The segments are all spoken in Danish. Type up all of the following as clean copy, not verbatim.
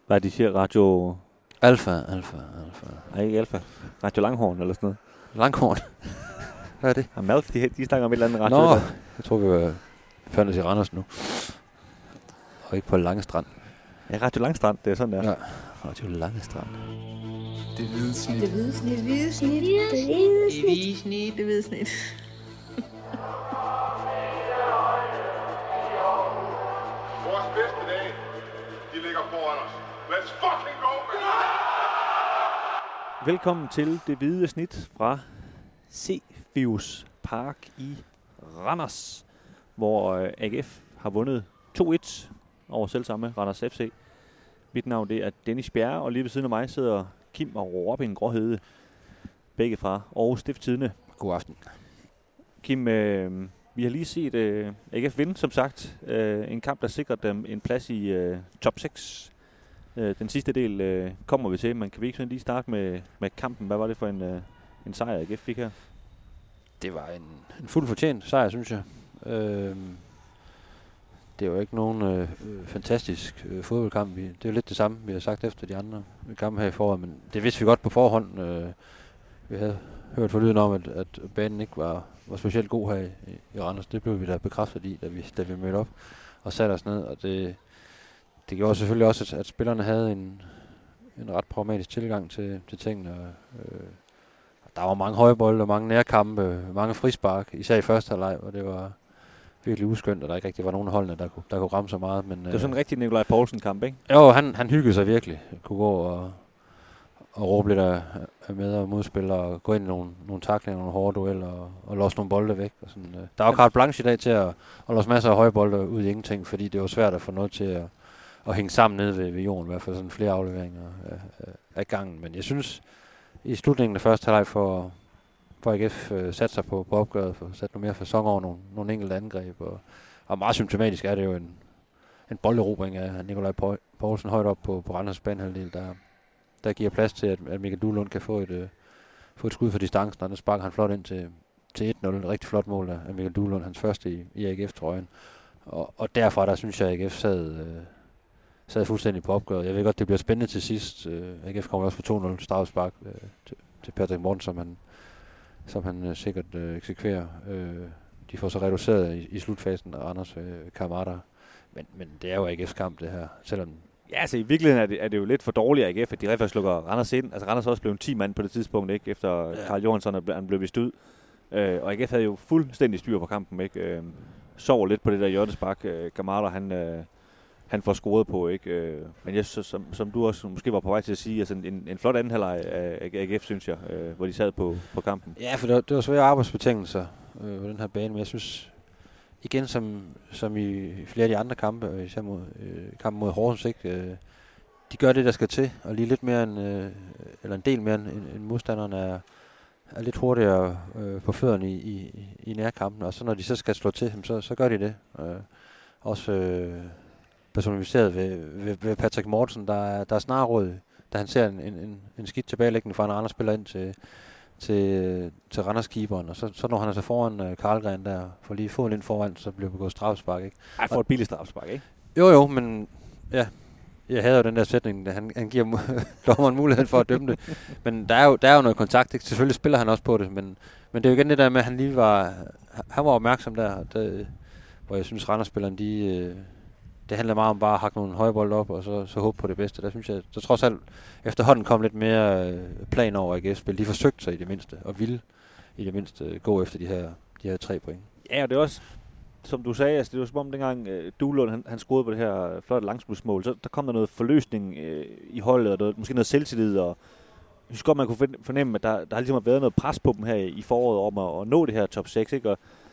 Hvad de siger? Radio... Alfa. Nej, ikke Alfa. Radio Langhorn eller sådan noget. Langhorn. Hvad er det? Ja, Malf, de snakker om et eller andet radio. Nå, jeg tror, vi var færdig i Randers nu. Og ikke på Lange Strand. Ja, Radio Langstrand, det er sådan der. Ja, Radio Lange Strand. Det hvide snit. Det hvide snit. Det hvide snit. Det hvide snit. Det hvide snit. Vores bedste dage, de ligger foran os. Let's fucking go, man! Velkommen til Det Hvide Snit fra Cepheus Park i Randers, hvor AGF har vundet 2-1 over selvsamme Randers FC. Mit navn det er Dennis Bjerre, og lige ved siden af mig sidder Kim og Robin Gråhede, begge fra Aarhus Stiftstidende. God aften. Kim, vi har lige set AGF vinde, som sagt. En kamp, der sikrede dem en plads i top 6. Den sidste del kommer vi til, men kan vi ikke sådan lige starte med kampen? Hvad var det for en sejr, AGF fik her? Det var en fuldt fortjent sejr, synes jeg. Det var ikke nogen fantastisk fodboldkamp. Det er jo lidt det samme, vi har sagt efter de andre kampe her i foråret, men det vidste vi godt på forhånd. Vi havde hørt forlyden om, at banen ikke var specielt god her i Randers. Det blev vi da bekræftet i, da vi mødte op og satte os ned. Og det gjorde selvfølgelig også, at spillerne havde en ret pragmatisk tilgang til tingene. Der var mange højbolde, mange nærkampe, mange frispark, især i første halvleg, og det var virkelig uskyndt, og der ikke rigtig var nogen af holdene, der kunne ramme så meget. Men, det var sådan en rigtig Nikolaj Poulsen-kamp, ikke? Jo, han hyggede sig virkelig. Kunne gå og råbe lidt af med- og modspillere, og gå ind i nogle tacklinger, nogle hårde dueller, og låse nogle bolde væk. Og sådan. Der var carte blanche i dag til at låse masser af højbolde ud i ingenting, fordi det var svært at få noget til at hænge sammen nede ved jorden, i hvert fald sådan flere afleveringer af gangen. Men jeg synes, i slutningen af første halvleg for AGF satte sig på opgøret, for sat noget mere fasong over nogle enkelte angreb. Og meget symptomatisk er det jo en bolderobring af Nikolaj Poulsen højt op på Randers banehalvdel, der giver plads til, at Michael Duelund kan få et skud for distancen, og den sparker han flot ind til 1-0. Et rigtig flot mål af Michael Duelund, hans første i AGF-trøjen. Og derfra, der synes jeg, at AGF sad fuldstændig på opgøret. Jeg ved godt, det bliver spændende til sidst. AGF kommer også på 2-0 straffespark til Patrick Morten, som han sikkert eksekverer. De får så reduceret i slutfasen af Anders Kamada. Men det er jo AGF's kamp, det her. Selvom ja, altså i virkeligheden er det jo lidt for dårligt af AGF, at de rent faktisk lukker Randers ind. Altså Randers også blev en 10 mand på det tidspunkt, ikke? Efter Karl Johansson han blev vist ud. Og AGF havde jo fuldstændig styr på kampen, ikke? Sov lidt på det der hjørnespark. Kamada, han får scoret på, ikke? Men jeg synes, som du også måske var på vej til at sige, altså en flot anden halvleg af AGF, synes jeg, hvor de sad på kampen. Ja, for det var svære arbejdsbetingelser på den her bane, men jeg synes igen, som i flere af de andre kampe, især kampen mod Horsens, ikke? De gør det, der skal til, og lige lidt mere eller en del mere end modstanderen er lidt hurtigere på fødderne i nærkampen, og så når de så skal slå til, så gør de det. Også personificeret ved Patrick Mortensen, der er snarråd, da han ser en skidt tilbagelæggende fra en Randers spiller ind til Randers-keeperen, og så når han altså foran Karlgren der, for lige foden ind foran, så bliver begået straffespark, ikke? Ej, for et billigt straffespark, ikke? Jo, men ja, jeg havde jo den der sætning, da han giver dommeren muligheden for at dømme det. Men der er jo noget kontakt, ikke? Selvfølgelig spiller han også på det, men det er jo igen det der med, at han var opmærksom der, hvor jeg synes, Randers-spilleren, det handler meget om bare at hakke nogle højbold op, og så håbe på det bedste. Der synes jeg, så trods alt efterhånden kom lidt mere plan over AGF-spil. De forsøgte sig i det mindste, og ville i det mindste gå efter de her 3 point. Ja, og det er også, som du sagde, altså det var som om dengang Duelund, han scorede på det her flotte langskudsmål, så der kom der noget forløsning i holdet, og måske noget selvtillid, og jeg synes godt, man kunne fornemme, at der har ligesom været noget pres på dem her i foråret om at nå det her top 6, ikke?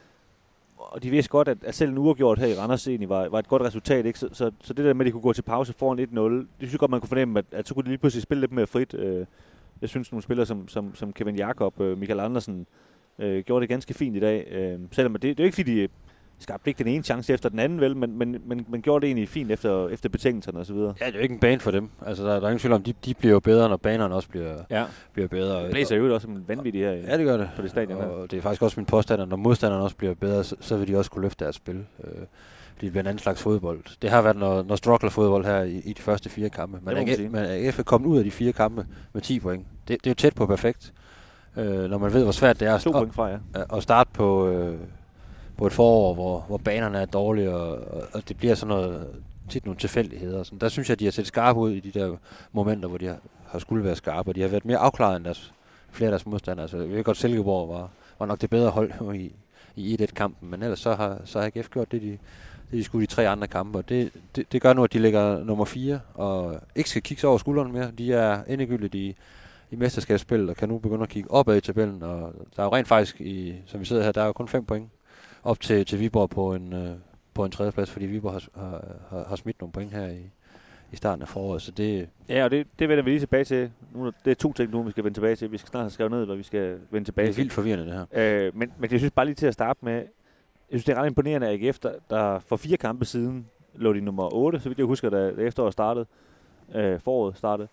Og de vidste godt, at selv en uafgjort her i Randers egentlig var et godt resultat, ikke? Så det der med, at de kunne gå til pause foran 1-0, det synes jeg godt, man kunne fornemme, at så kunne de lige pludselig spille lidt mere frit. Jeg synes, nogle spillere som Kevin Jakob, Michael Andersen, gjorde det ganske fint i dag. Selvom det er jo ikke, fordi de skabte ikke den ene chance efter den anden, vel, men gjorde det egentlig fint efter betingelserne osv. Ja, det er jo ikke en bane for dem. Altså, der er ingen tvivl om, de bliver jo bedre, når banerne også bliver bedre. Det blæser jo også som en vanvittig her ja, det gør det. På det stadion her. Og det er faktisk også min påstand, at når modstanderne også bliver bedre, så vil de også kunne løfte deres spil. bliver en anden slags fodbold. Det har været noget struggler-fodbold her i de første 4 kampe. Men AGF er kommet ud af de 4 kampe med 10 point. Det er jo tæt på perfekt, når man ved, hvor svært det er at starte på et forår, hvor banerne er dårlige, og det bliver sådan noget, tit nogle tilfældigheder. Sådan. Der synes jeg, at de har set skarpe ud i de der momenter, hvor de har skulle være skarpe, og de har været mere afklaret end flere af deres modstandere. Altså, jeg ved godt, Silkeborg var nok det bedre hold i 1-1-kampen, men ellers så har AGF gjort det, de skulle i 3 andre kampe, og det gør nu, at de ligger nummer 4, og ikke skal kigge sig over skuldrene mere. De er endegyldigt i mesterskabsspillet, og kan nu begynde at kigge opad i tabellen, og der er jo rent faktisk, som vi sidder her, der er jo kun 5 point op til Viborg på en 3. plads, fordi Viborg har smidt nogle point her i starten af foråret, så det... Ja, og det vender vi lige tilbage til. Det er 2 ting nu, vi skal vende tilbage til. Vi skal snart have skrevet ned, hvad vi skal vende tilbage til. Det er vildt forvirrende, det her. Men jeg synes bare lige til at starte med, jeg synes, det er ret imponerende, at AGF, der for 4 kampe siden lå de nummer 8, så vidt jeg husker, da efteråret startede, foråret startede.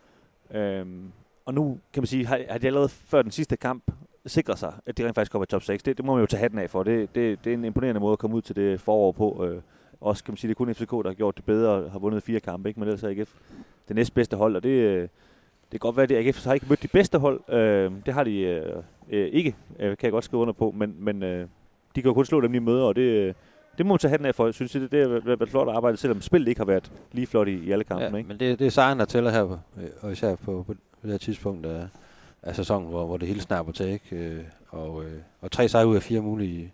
Og nu kan man sige, har de allerede før den sidste kamp sikret sig, at de rent faktisk kommer i top 6. Det må man jo tage hatten af for. Det er en imponerende måde at komme ud til det forår på. Også kan man sige, det er kun FCK, der har gjort det bedre og har vundet 4 kampe, ikke? Men ellers er AGF det næstbedste hold, og det kan godt være, at AGF har ikke mødt de bedste hold. Det har de ikke, kan jeg godt skrive under på, men de kan jo kun slå dem i møder, og det må man tage hatten af for. Jeg synes, det har været flot at arbejde, selvom spillet ikke har været lige flot i alle kampene. Ja, ikke? men det er sejren, der tæller her, og især på det her tidspunkt af sæsonen, hvor det hele snapper til, ikke? Og 3 sejre ud af 4 mulige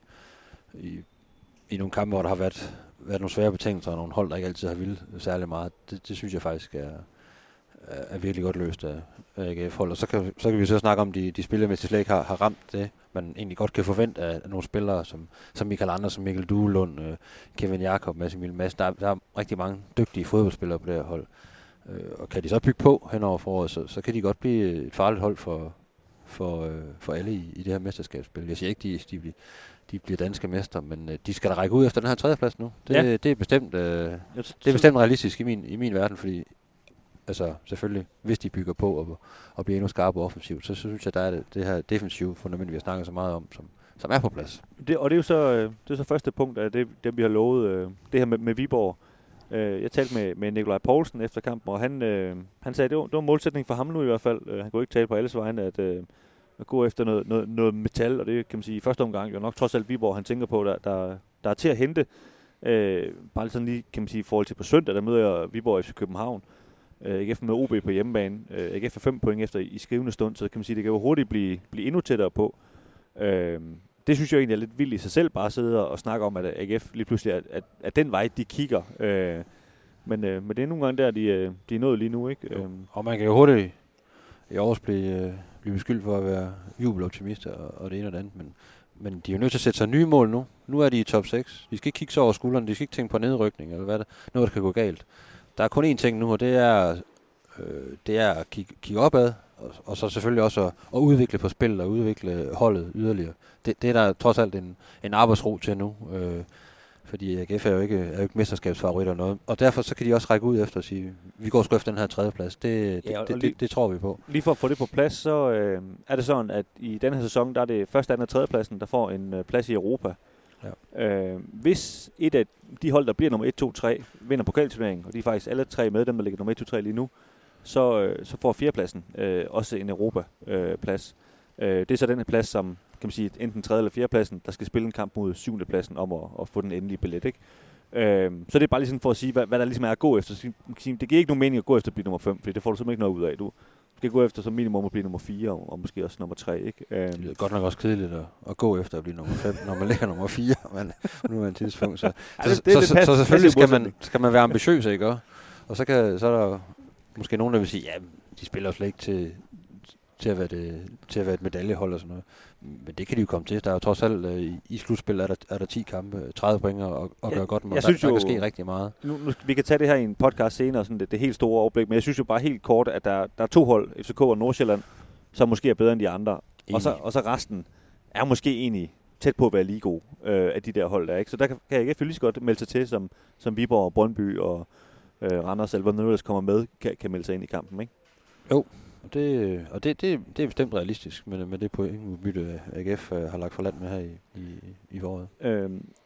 i nogle kampe, hvor der har været nogle svære betingelser, og nogle hold, der ikke altid har vildt særlig meget. Det synes jeg faktisk er virkelig godt løst af AGF-hold. Og så kan vi så snakke om de spillere, hvis de slet ikke har ramt det, man egentlig godt kan forvente af nogle spillere, som Michael Andersen, Mikkel Duelund, Kevin Jakob, Massimil Madsen. Der er rigtig mange dygtige fodboldspillere på det her hold. Og kan de så bygge på hen over foråret, så kan de godt blive et farligt hold for alle i det her mesterskabsspil. Jeg siger ikke, de bliver danske mester, men de skal da række ud efter den her 3. plads nu. Det er bestemt realistisk i min verden, fordi altså selvfølgelig, hvis de bygger på og bliver endnu skarpere offensivt, så synes jeg, der er det her defensive fundament, vi har snakket så meget om, som er på plads. Det er jo så første punkt af det vi har lovet, det her med Viborg. Jeg talte med Nikolaj Poulsen efter kampen, og han sagde, at det var en målsætning for ham nu i hvert fald. Han kunne ikke tale på alles vegne, at gå efter noget metal, og det kan man sige i første omgang, jo nok trods alt Viborg, han tænker på, der er til at hente. Bare sådan lige, kan man sige, i forhold til på søndag, der møder jeg Viborg FC København. AGF med OB på hjemmebane. AGF er 5 point efter i skrivende stund, så kan man sige, det kan jo hurtigt blive endnu tættere på. Det synes jeg egentlig er lidt vildt i sig selv, bare at sidde og snakke om, at AGF lige pludselig er den vej, de kigger. Men det er nogle gange der, de er nået lige nu, ikke? Og man kan jo hurtigt i års blive beskyldt for at være jubeloptimister og det ene og det andet, men de er jo nødt til at sætte sig nye mål nu. Nu er de i top 6. De skal ikke kigge sig over skuldrene, de skal ikke tænke på nedrykning, eller hvad der noget, der kan gå galt. Der er kun én ting nu, og det er at kigge opad, og så selvfølgelig også at udvikle på spil og udvikle holdet yderligere. Det er der trods alt en arbejdsro til nu, fordi AGF er jo ikke mesterskabsfavorit eller noget, og derfor så kan de også række ud efter at sige, vi går sgu efter den her 3. plads. Det tror vi på. Lige for at få det på plads, så er det sådan, at i denne her sæson, der er det første, anden og 3. pladsen, der får en plads i Europa. Ja. Hvis et af de hold, der bliver nummer 1, 2, 3, vinder pokalturneringen, og de er faktisk alle 3 med, dem der ligger nummer 1, 2, 3 lige nu, så får 4. pladsen også en Europa-plads. Det er så den her plads, som kan man sige, enten 3. eller 4. pladsen, der skal spille en kamp mod 7. pladsen om at få den endelige billet, ikke? Så det er bare lige sådan for at sige, hvad der ligesom er at gå efter. Det giver ikke nogen mening at gå efter at blive nummer 5, for det får du simpelthen ikke noget ud af. Du skal gå efter som minimum at blive nummer 4, og måske også nummer 3, ikke? Det lyder godt nok også kedeligt at gå efter at blive nummer 5, når man ligger nummer 4, men nu er en tidspunkt. Så selvfølgelig skal man være ambitiøs, ikke? Og så er der måske nogen, der vil sige, ja, de spiller jo slet ikke til at være et medaljehold og sådan noget. Men det kan de jo komme til. Der er jo trods alt i slutspillet er der 10 kampe, 30 point og gøre godt med. Der kan ske rigtig meget. Nu, vi kan tage det her i en podcast senere, sådan det helt store overblik, men jeg synes jo bare helt kort, at der er 2 hold, FCK og Nordsjælland, som måske er bedre end de andre. Og så resten er måske egentlig tæt på at være lige gode af de der hold der, ikke? Så der kan jeg ikke lige så godt melde sig til, som Viborg og Brøndby og Randers, eller hvad nu ellers kommer med, kan melde sig ind i kampen, ikke? Jo. Og det er bestemt realistisk med det pointudbytte, AGF har lagt for land med her i foråret.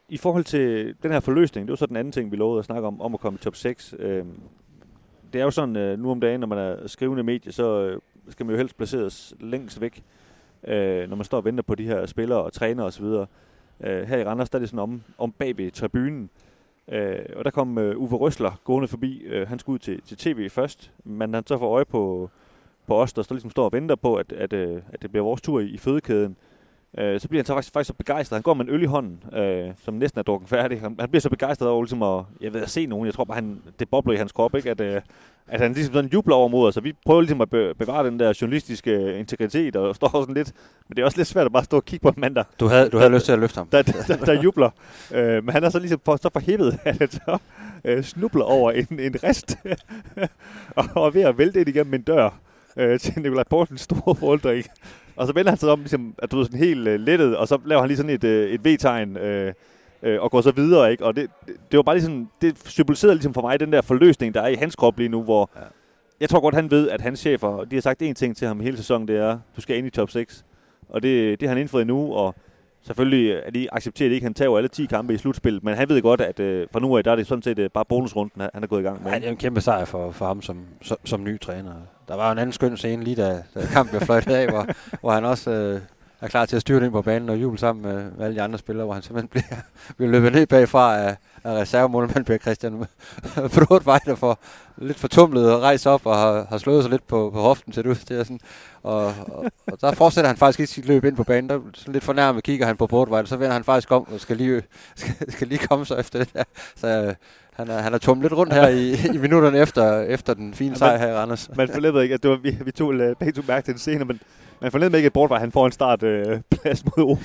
I forhold til den her forløsning, det var så den anden ting, vi lovede at snakke om at komme i top 6. Det er jo sådan, nu om dagen, når man er skrivende medie, så skal man jo helst placeres længst væk, når man står og venter på de her spillere og træner osv. Her i Randers, der er det sådan om bag ved tribunen. Og der kom Uwe Røsler gående forbi. Han skulle ud til tv først, men han så får øje på os, der ligesom står og venter på, at det bliver vores tur i fødekæden. Så bliver han så faktisk så begejstret. Han går med en øl i hånden, som næsten er drukken færdig. Han bliver så begejstret over ligesom at se nogen. Jeg tror bare, det bobler i hans krop, ikke? At han ligesom sådan jubler over mod os. Så vi prøver ligesom at bevare den der journalistiske integritet og står sådan lidt. Men det er også lidt svært at bare stå og kigge på en mand, der... Du havde lyst til at løfte ham. Der jubler. Men han er så ligesom så forhippet, at han så snubler over en rist og er ved at vælte ind igennem en dør til Nikolaj Poulsens store forundring. Og så vender han sig om, ligesom, at du er sådan helt lettet, og så laver han lige sådan et V-tegn og går så videre, ikke? Og det var bare ligesom, det symboliserede ligesom for mig den der forløsning, der er i hans krop lige nu, hvor jeg tror godt, han ved, at hans chefer, de har sagt én ting til ham hele sæsonen, det er, du skal ind i top 6. Og det har han indfriet nu, og selvfølgelig er de accepterer det ikke, han tager alle 10 kampe i slutspillet, men han ved godt, at fra nu af, der er det sådan set bare bonusrunden, han er gået i gang med. Ja, det er en kæmpe sejr for ham som ny træner. Der var en anden skøn scene lige da kampen blev fløjtet af, hvor han også er klar til at styre ind på banen og juble sammen med alle de andre spillere, hvor han simpelthen bliver løbet ned bagfra af reservemålmanden bliver Christian Brodweider for lidt fortumlet og rejse op og har slået sig lidt på hoften til det ud. Det er sådan, og der fortsætter han faktisk ikke sit løb ind på banen. Der sådan lidt fornærmet kigger han på Brodweider, så vender han faktisk om og skal lige komme sig efter det der. Så han er tumlet lidt rundt her i minutterne efter den fine sejr her i Randers. Man forleder ikke, at det var, vi tog begge to mærke til den scene, men man forleder ikke, at Brodweider han får en startplads mod OB.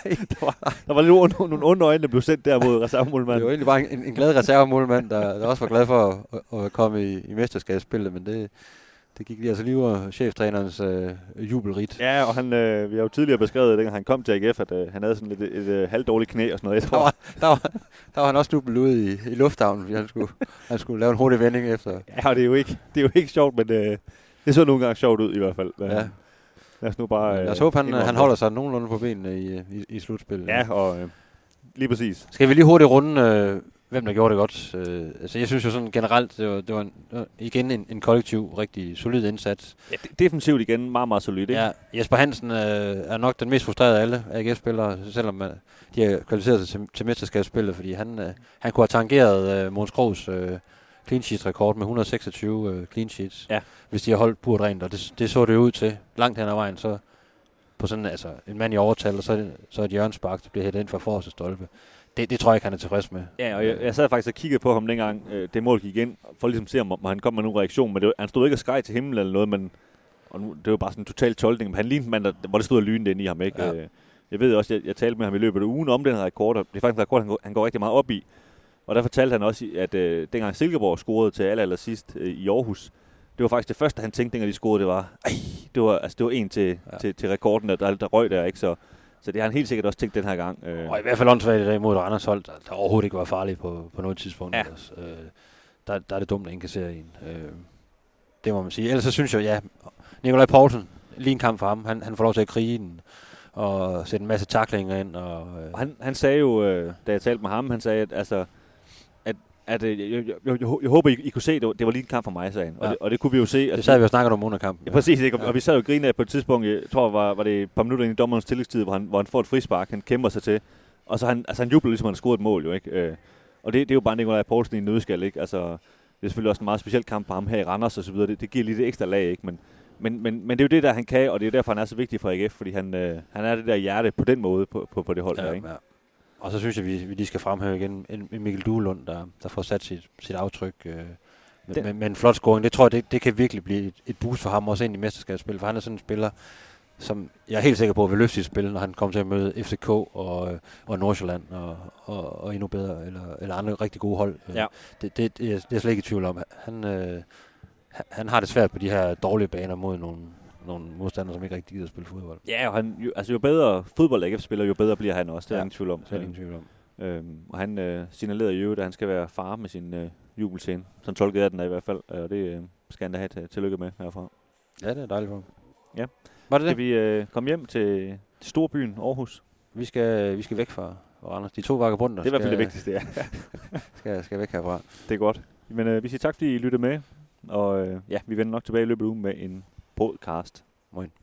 Der var lidt nogle onde øjne, der blev sendt der mod reservemålmanden. Det var egentlig bare en glad reservemålmand, der også var glad for at komme i mesterskabsspillet, men det gik lige altså lige over cheftrænerens jubelrit. Ja, og vi har jo tidligere beskrevet, dengang han kom til AGF, at han havde sådan lidt et halvdårligt knæ og sådan noget. Der var han også snublet ud i lufthavnen, fordi han skulle lave en hurtig vending efter. Ja, det er jo ikke sjovt, men det så nogle gange sjovt ud i hvert fald. Ja. Lad os nu bare... Jeg håber, han holder sig nogenlunde på benene i slutspillet. Ja, og lige præcis. Skal vi lige hurtigt runde, hvem der gjorde det godt? Altså, jeg synes jo sådan generelt, det var igen en kollektiv, rigtig solid indsats. Ja, defensivt igen, meget, meget solid, ikke? Ja, Jesper Hansen er nok den mest frustrerede af alle AGF-spillere, selvom de har kvalificeret sig til mesterskabsspillet, fordi han kunne have tangeret Måns Krogs clean sheet rekord med 126 clean sheets, hvis de har holdt burt rent, og det så det ud til langt hen ad vejen, så på sådan en mand i overtal, og så er et hjørnespark, der bliver hættet ind fra forreste stolpe. Det tror jeg ikke, han er tilfreds med. Ja, og jeg sad faktisk og kiggede på ham dengang, det mål gik ind, for ligesom at se, om han kom med nogen reaktion, men han stod ikke og skreg til himlen eller noget, men og nu, det var bare sådan en total tolkning, men han lignede en mand, hvor det stod og lynede ind i ham, ikke? Ja. Jeg ved også, jeg talte med ham i løbet af ugen om den her rekord, og det er faktisk en rekord, han går rigtig meget op i. Og der fortalte han også, at dengang Silkeborg scorede til allersidst i Aarhus, det var faktisk det første, han tænkte, dengang de scorede, det var en til rekorden, der røg der, ikke? Så det har han helt sikkert også tænkt den her gang. Og i hvert fald åndssvagt i dag mod Randers hold, der overhovedet ikke var farligt på noget tidspunkt. Ja. Der er det dumt at indkassere en. Det må man sige. Ellers så synes jeg, Nikolaj Poulsen, lige en kamp for ham. Han får lov til at krige den og sætte en masse tacklinger ind. Og han sagde jo, da jeg talte med ham, han sagde, at jeg håber, I kunne se, det var lige en kamp for mig, sagde han. Ja. Og det kunne vi jo se. Det sad vi jo snakket om under kampen. Ja, præcis, ikke? Og vi sad jo og grinede på et tidspunkt, jeg tror, var det et par minutter ind i dommerens tillægstid, hvor han får et frispark, han kæmper sig til. Og så han jubler ligesom, han scorede et mål, jo, ikke? Og det er jo bare Nikolaj Poulsen i en nødskal, ikke? Altså, det er selvfølgelig også en meget speciel kamp for ham her i Randers og så videre. Det giver lige det ekstra lag, ikke? Men det er jo det, der han kan, og det er jo derfor, han er så vigtig for AGF, fordi han er det der hjerte på den måde på det hold der, ikke? Ja. Og så synes jeg, vi lige skal fremhæve igen en Mikkel Duelund, der får sat sit aftryk med en flot scoring. Det tror jeg, det kan virkelig blive et boost for ham, også ind i mesterskabsspil, for han er sådan en spiller, som jeg er helt sikker på vil løfte sit spil, når han kommer til at møde FCK og Nordsjælland og endnu bedre, eller andre rigtig gode hold. Ja. Det er jeg slet ikke i tvivl om. Han har det svært på de her dårlige baner mod nogle modstandere, som ikke rigtig gider at spille fodbold. Ja, og jo bedre fodbold AGF-spiller, jo bedre bliver han også. Det er ingen tvivl om. Det er ingen tvivl om. Og han signalerede jo, at han skal være far med sin jubelscene. Sådan tolkede jeg den i hvert fald, og det skal han da have tillykke med herfra. Ja, det er dejligt for ham. Ja. Var det skal vi komme hjem til storbyen Aarhus? Vi skal væk fra og Randers. De 2 vagabunder Det er i hvert fald det vigtigste, ja. skal væk herfra. Det er godt. Men vi siger tak, fordi I lyttede med. Og vi vender nok tilbage i løbet af ugen med en podcast. Moin.